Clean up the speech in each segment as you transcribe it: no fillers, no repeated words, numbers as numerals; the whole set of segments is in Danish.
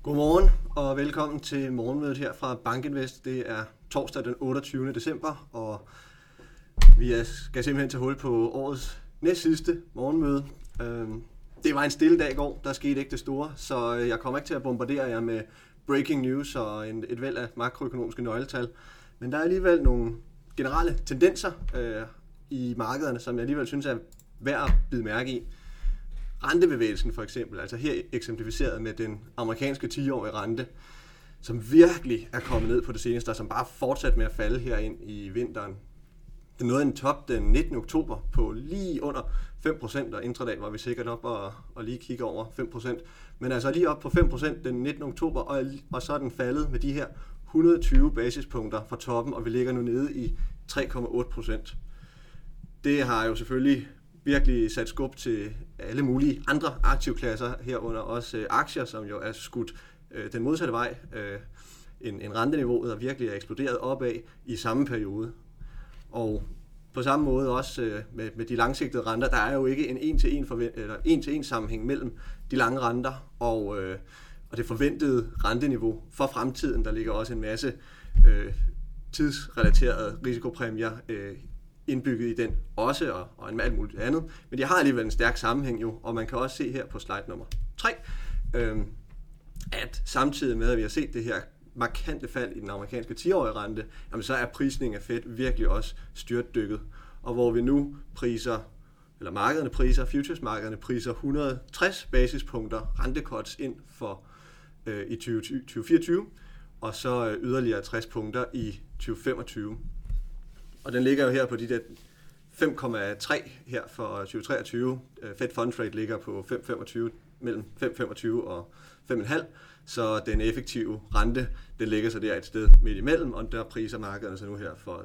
Godmorgen og velkommen til morgenmødet her fra BankInvest. Det er torsdag den 28. december, og vi skal simpelthen tage hul på årets næstsidste morgenmøde. Det var en stille dag i går, der skete ikke det store, så jeg kommer ikke til at bombardere jer med breaking news og et væld af makroøkonomiske nøgletal. Men der er alligevel nogle generelle tendenser i markederne, som jeg alligevel synes er værd at bide mærke i. Rentebevægelsen for eksempel, altså her eksemplificeret med den amerikanske 10-årige rente, som virkelig er kommet ned på det seneste, og som bare fortsat med at falde her ind i vinteren. Den nåede en top den 19. oktober på lige under 5%, og intradag var vi sikkert op og lige kigge over 5%. Men altså lige op på 5% den 19. oktober, og så er den faldet med de her 120 basispunkter fra toppen, og vi ligger nu nede i 3,8%. Det har jo selvfølgelig virkelig sat skub til alle mulige andre aktivklasser, herunder også aktier, som jo er skudt den modsatte vej, en renteniveauet, der virkelig er eksploderet opad i samme periode. Og på samme måde også med de langsigtede renter, der er jo ikke en en-til-en sammenhæng mellem de lange renter og det forventede renteniveau for fremtiden. Der ligger også en masse tidsrelaterede risikopræmier indbygget i den også, og en alt muligt andet. Men de har alligevel en stærk sammenhæng jo, og man kan også se her på slide nummer 3, at samtidig med, at vi har set det her markante fald i den amerikanske 10-årige rente, jamen så er prisningen af Fed virkelig også styrtdykket. Og hvor vi nu futuresmarkederne priser 160 basispunkter rentecuts ind for i 2024, og så yderligere 60 punkter i 2025. Og den ligger jo her på de der 5,3 her for 2023. Fed Funds Rate ligger på 5,25, mellem 5,25 og 5,5. Så den effektive rente, den ligger så der et sted midt imellem, og der priser markederne så nu her for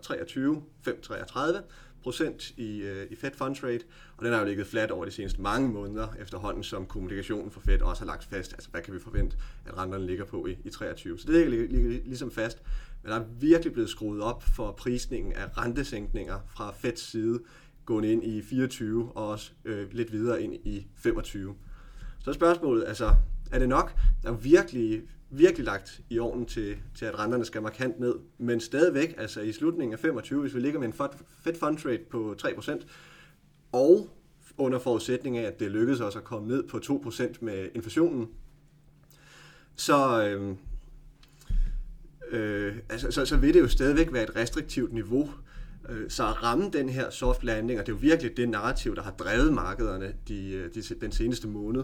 5,33% i Fed Funds Rate. Og den har jo ligget flat over de seneste mange måneder efterhånden, som kommunikationen for Fed også har lagt fast. Altså hvad kan vi forvente, at renterne ligger på i 23. Så det ligger ligesom fast. Men der er virkelig blevet skruet op for prisningen af rentesænkninger fra Feds side, gående ind i 24 og også lidt videre ind i 25. Så er spørgsmålet, altså, er det nok? Der er virkelig lagt i ovnen til at renterne skal markant ned, men stadigvæk, altså i slutningen af 25, hvis vi ligger med en Fed Funds Rate på 3%, og under forudsætning af, at det lykkedes os at komme ned på 2% med inflationen, så vil det jo stadigvæk være et restriktivt niveau. Så at ramme den her soft landing, og det er jo virkelig det narrativ, der har drevet markederne den seneste måned.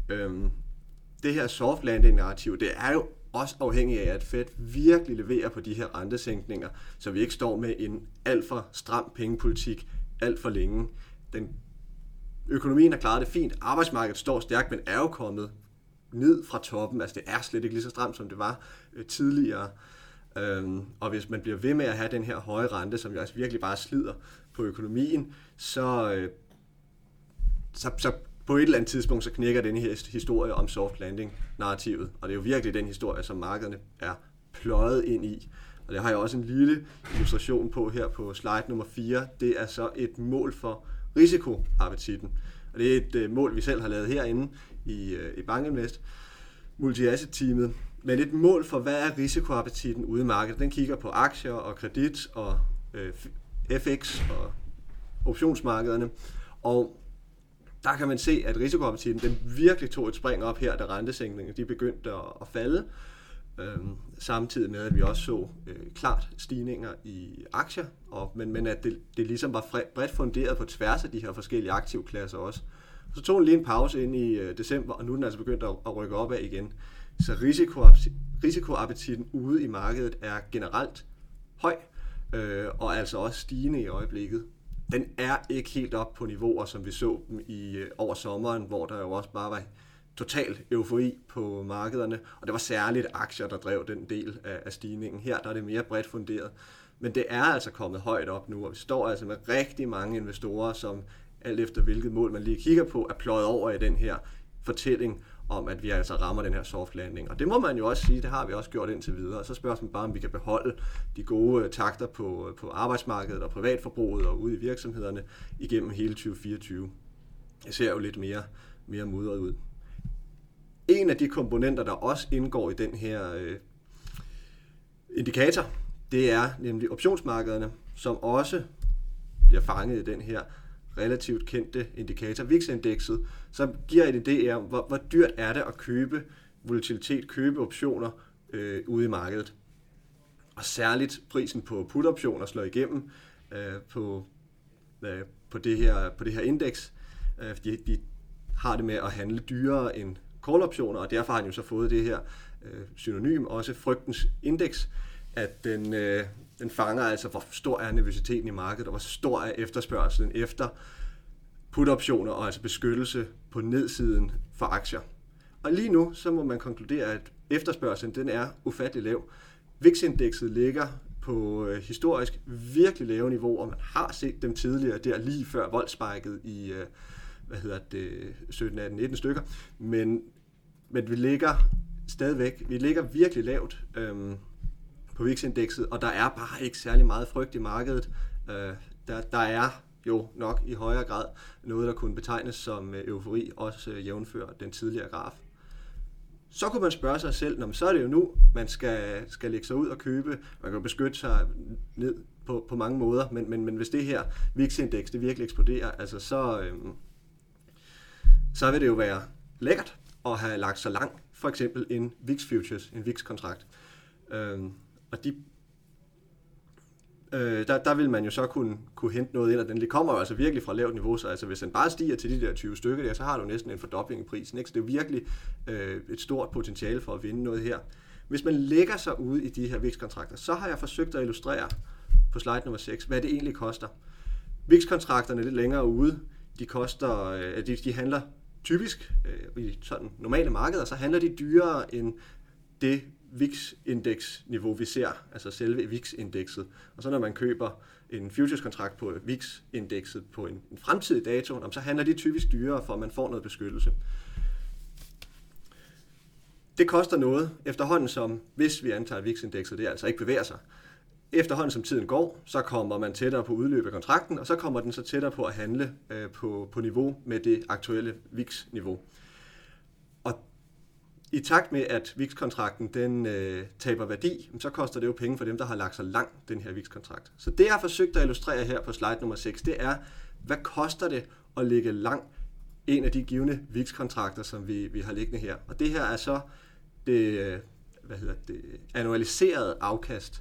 Det her soft landing narrativ, det er jo også afhængigt af, at Fed virkelig leverer på de her rentesænkninger, så vi ikke står med en alt for stram pengepolitik alt for længe. Økonomien har klaret det fint, arbejdsmarkedet står stærkt, men er jo kommet ned fra toppen. Altså det er slet ikke lige så stramt, som det var tidligere. Og hvis man bliver ved med at have den her høje rente, som jo altså virkelig bare slider på økonomien, så på et eller andet tidspunkt, så knækker denne her historie om soft landing-narrativet. Og det er jo virkelig den historie, som markederne er pløjet ind i. Og det har jeg også en lille illustration på her på slide nummer 4. Det er så et mål for risikoappetitten. Og det er et mål, vi selv har lavet herinde i BankInvest, multi-asset-teamet. Men et mål for, hvad er risikoappetitten ude i markedet? Den kigger på aktier og kredit og FX og optionsmarkederne. Og der kan man se, at risikoappetitten den virkelig tog et spring op her, da rentesænkningen de begyndte at falde. Samtidig med, at vi også så klart stigninger i aktier, men at det ligesom var bredt funderet på tværs af de her forskellige aktivklasser også. Så tog den lige en pause ind i december, og nu er den altså begyndt at rykke opad igen. Så risikoappetitten ude i markedet er generelt høj, og altså også stigende i øjeblikket. Den er ikke helt op på niveauer, som vi så dem over sommeren, hvor der jo også bare var total eufori på markederne, og det var særligt aktier, der drev den del af stigningen. Her der er det mere bredt funderet, men det er altså kommet højt op nu, og vi står altså med rigtig mange investorer, som alt efter hvilket mål man lige kigger på, er pløjet over i den her fortælling om, at vi altså rammer den her soft landing. Og det må man jo også sige, det har vi også gjort indtil videre. Og så spørger man bare, om vi kan beholde de gode takter på arbejdsmarkedet og privatforbruget og ude i virksomhederne igennem hele 2024. Det ser jo lidt mere mudret ud. En af de komponenter, der også indgår i den her indikator, det er nemlig optionsmarkederne, som også bliver fanget i den her relativt kendte indikator, VIX-indekset, som giver en idé om, hvor dyrt er det at købe volatilitet, købe optioner ude i markedet. Og særligt prisen på put-optioner slår igennem på det her indeks, fordi de har det med at handle dyrere end call-optioner, og derfor har han jo så fået det her synonym, også frygtens indeks, at den fanger altså, hvor stor er nervøsiteten i markedet, og hvor stor er efterspørgselen efter put-optioner, og altså beskyttelse på nedsiden for aktier. Og lige nu, så må man konkludere, at efterspørgselen, den er ufattelig lav. VIX-indekset ligger på historisk virkelig lave niveau, og man har set dem tidligere der lige før voldsspiket i 17, 18, 19 stykker, men vi ligger stadigvæk, vi ligger virkelig lavt på VIX-indekset, og der er bare ikke særlig meget frygt i markedet. Der er jo nok i højere grad noget, der kunne betegnes som eufori, også jævnfør den tidligere graf. Så kunne man spørge sig selv, så er det jo nu, man skal lægge sig ud og købe. Man kan beskytte sig ned på mange måder, men hvis det her VIX-indeks det virkelig eksploderer, altså så vil det jo være lækkert at have lagt så langt, for eksempel en VIX Futures, en VIX-kontrakt. Og der vil man jo så kunne hente noget ind, og den kommer jo altså virkelig fra lavt niveau, så altså hvis den bare stiger til de der 20 stykker der, så har du næsten en fordobling i prisen, ikke? Så det er jo virkelig et stort potentiale for at vinde noget her. Hvis man lægger sig ude i de her VIX-kontrakter, så har jeg forsøgt at illustrere på slide nummer 6, hvad det egentlig koster. VIX-kontrakterne lidt længere ude, de handler typisk i sådan normale markeder, så handler de dyrere end det VIX-indeksniveau, vi ser, altså selve VIX-indekset. Og så når man køber en futures-kontrakt på VIX-indekset på en fremtidig dato, så handler de typisk dyrere, for at man får noget beskyttelse. Det koster noget efterhånden som, hvis vi antager VIX-indekset, det altså ikke bevæger sig. Efterhånden som tiden går, så kommer man tættere på udløb af kontrakten, og så kommer den så tættere på at handle på niveau med det aktuelle VIX-niveau. Og i takt med, at VIX-kontrakten den taber værdi, så koster det jo penge for dem, der har lagt sig lang den her VIX-kontrakt. Så det, jeg har forsøgt at illustrere her på slide nummer 6, det er, hvad koster det at lægge lang en af de givne VIX-kontrakter, som vi har liggende her. Og det her er så det annualiserede afkast,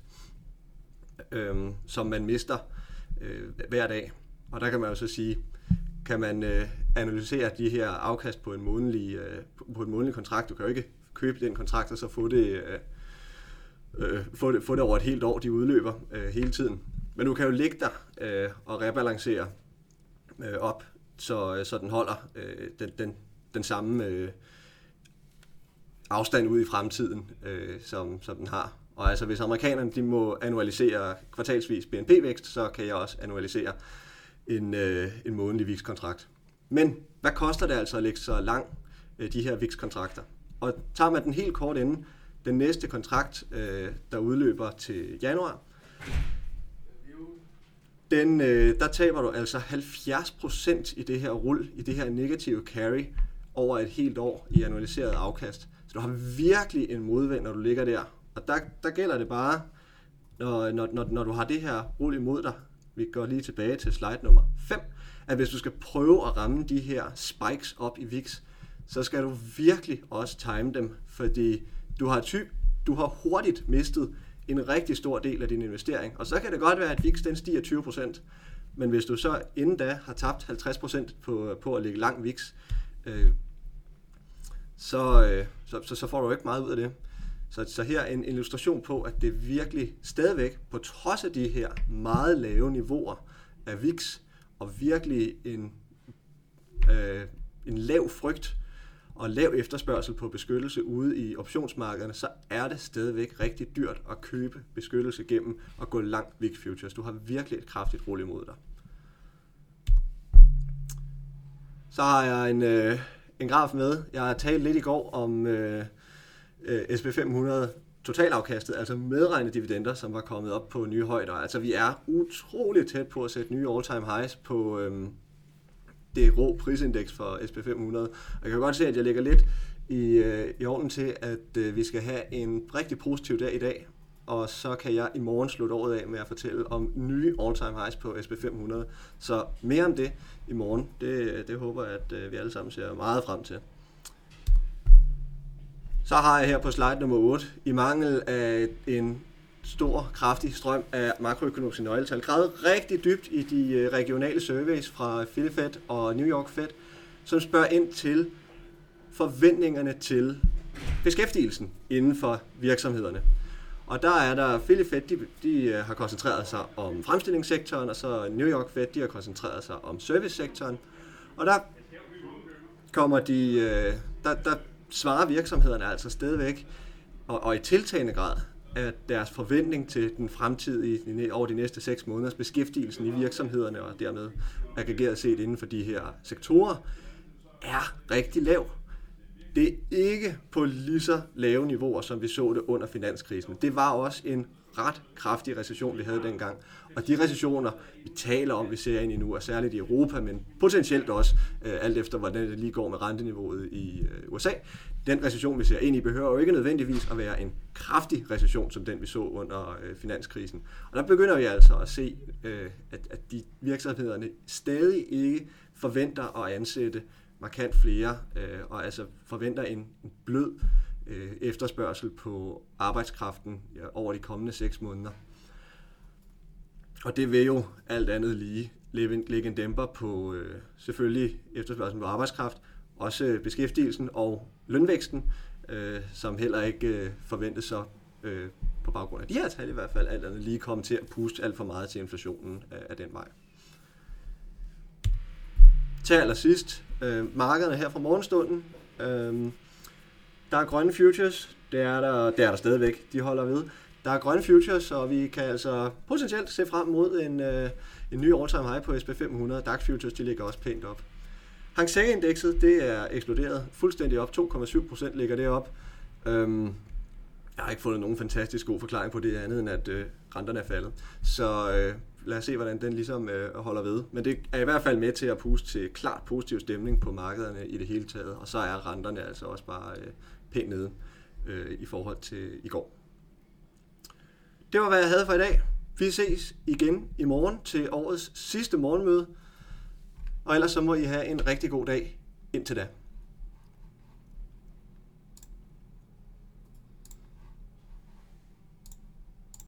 som man mister hver dag. Og der kan man jo så sige, kan man analysere de her afkast på en månedlig kontrakt. Du kan jo ikke købe den kontrakt og så få det over et helt år, de udløber hele tiden. Men du kan jo ligge der og rebalancere op, så den holder den samme afstand ud i fremtiden, som den har. Og altså hvis amerikanerne de må annualisere kvartalsvis BNP-vækst, så kan jeg også annualisere en månedlig VIX-kontrakt. Men hvad koster det altså at lægge så lang de her VIX-kontrakter? Og tager man den helt kort ende, den næste kontrakt, der udløber til januar, der taber du altså 70% i det her rul, i det her negative carry over et helt år i annualiseret afkast. Så du har virkelig en modvind, når du ligger der. Og der gælder det bare, når du har det her rul imod dig, vi går lige tilbage til slide nummer 5, at hvis du skal prøve at ramme de her spikes op i VIX, så skal du virkelig også time dem, fordi du har hurtigt mistet en rigtig stor del af din investering. Og så kan det godt være, at VIX den stiger 20%, men hvis du så inden da har tabt 50% på at lægge lang VIX, så får du ikke meget ud af det. Så her er en illustration på, at det virkelig stadigvæk, på trods af de her meget lave niveauer af VIX, og virkelig en lav frygt og lav efterspørgsel på beskyttelse ude i optionsmarkederne, så er det stadigvæk rigtig dyrt at købe beskyttelse gennem at gå langt VIX Futures. Du har virkelig et kraftigt rul imod dig. Så har jeg en graf med. Jeg har talt lidt i går om SP 500 totalafkastet, altså medregnet dividender, som var kommet op på nye højder. Altså vi er utroligt tæt på at sætte nye all-time highs på det rå prisindeks for SP 500. Og jeg kan godt se, at jeg lægger lidt i ovnen til, at vi skal have en rigtig positiv dag i dag. Og så kan jeg i morgen slutte året af med at fortælle om nye all-time highs på S&P 500. Så mere om det i morgen. Det håber jeg, at vi alle sammen ser meget frem til. Så har jeg her på slide nummer 8, i mangel af en stor, kraftig strøm af makroøkonomiske nøgletal, gravet rigtig dybt i de regionale surveys fra Philly Fed og New York Fed, som spørger ind til forventningerne til beskæftigelsen inden for virksomhederne. Og der er der Philly Fed, de har koncentreret sig om fremstillingssektoren, og så New York Fed, de har koncentreret sig om servicesektoren. Og der kommer der svarer virksomhederne altså stadigvæk, og i tiltagende grad, at deres forventning til den fremtidige, over de næste 6 måneders beskæftigelsen i virksomhederne, og dermed aggregeret set inden for de her sektorer, er rigtig lav. Det er ikke på lige så lave niveauer, som vi så det under finanskrisen. Det var også en ret kraftig recession, vi havde dengang. Og de recessioner, vi taler om, vi ser ind i nu, er særligt i Europa, men potentielt også, alt efter hvordan det lige går med renteniveauet i USA. Den recession, vi ser ind i, behøver jo ikke nødvendigvis at være en kraftig recession, som den vi så under finanskrisen. Og der begynder vi altså at se, at de virksomhederne stadig ikke forventer at ansætte markant flere, og altså forventer en blød efterspørgsel på arbejdskraften over de kommende 6 måneder. Og det vil jo alt andet lige lægge en dæmper på selvfølgelig efterspørgselen på arbejdskraft, også beskæftigelsen og lønvæksten, som heller ikke forventes så på baggrund af de her tal i hvert fald alt andet lige komme til at puste alt for meget til inflationen af den vej. Til allersidst, markederne her fra morgenstunden. Der er grønne futures, det er der stadigvæk, de holder ved. Der er grønne futures, og vi kan altså potentielt se frem mod en ny all-time high på S&P 500. DAX futures, de ligger også pænt op. Hang Seng-indekset, det er eksploderet fuldstændig op. 2,7% ligger det op. Jeg har ikke fundet nogen fantastisk god forklaring på det andet, end at renterne er faldet. Så lad os se, hvordan den ligesom holder ved. Men det er i hvert fald med til at puste til klart positiv stemning på markederne i det hele taget. Og så er renterne altså også bare pænt nede i forhold til i går. Det var, hvad jeg havde for i dag. Vi ses igen i morgen til årets sidste morgenmøde. Og ellers så må I have en rigtig god dag indtil da.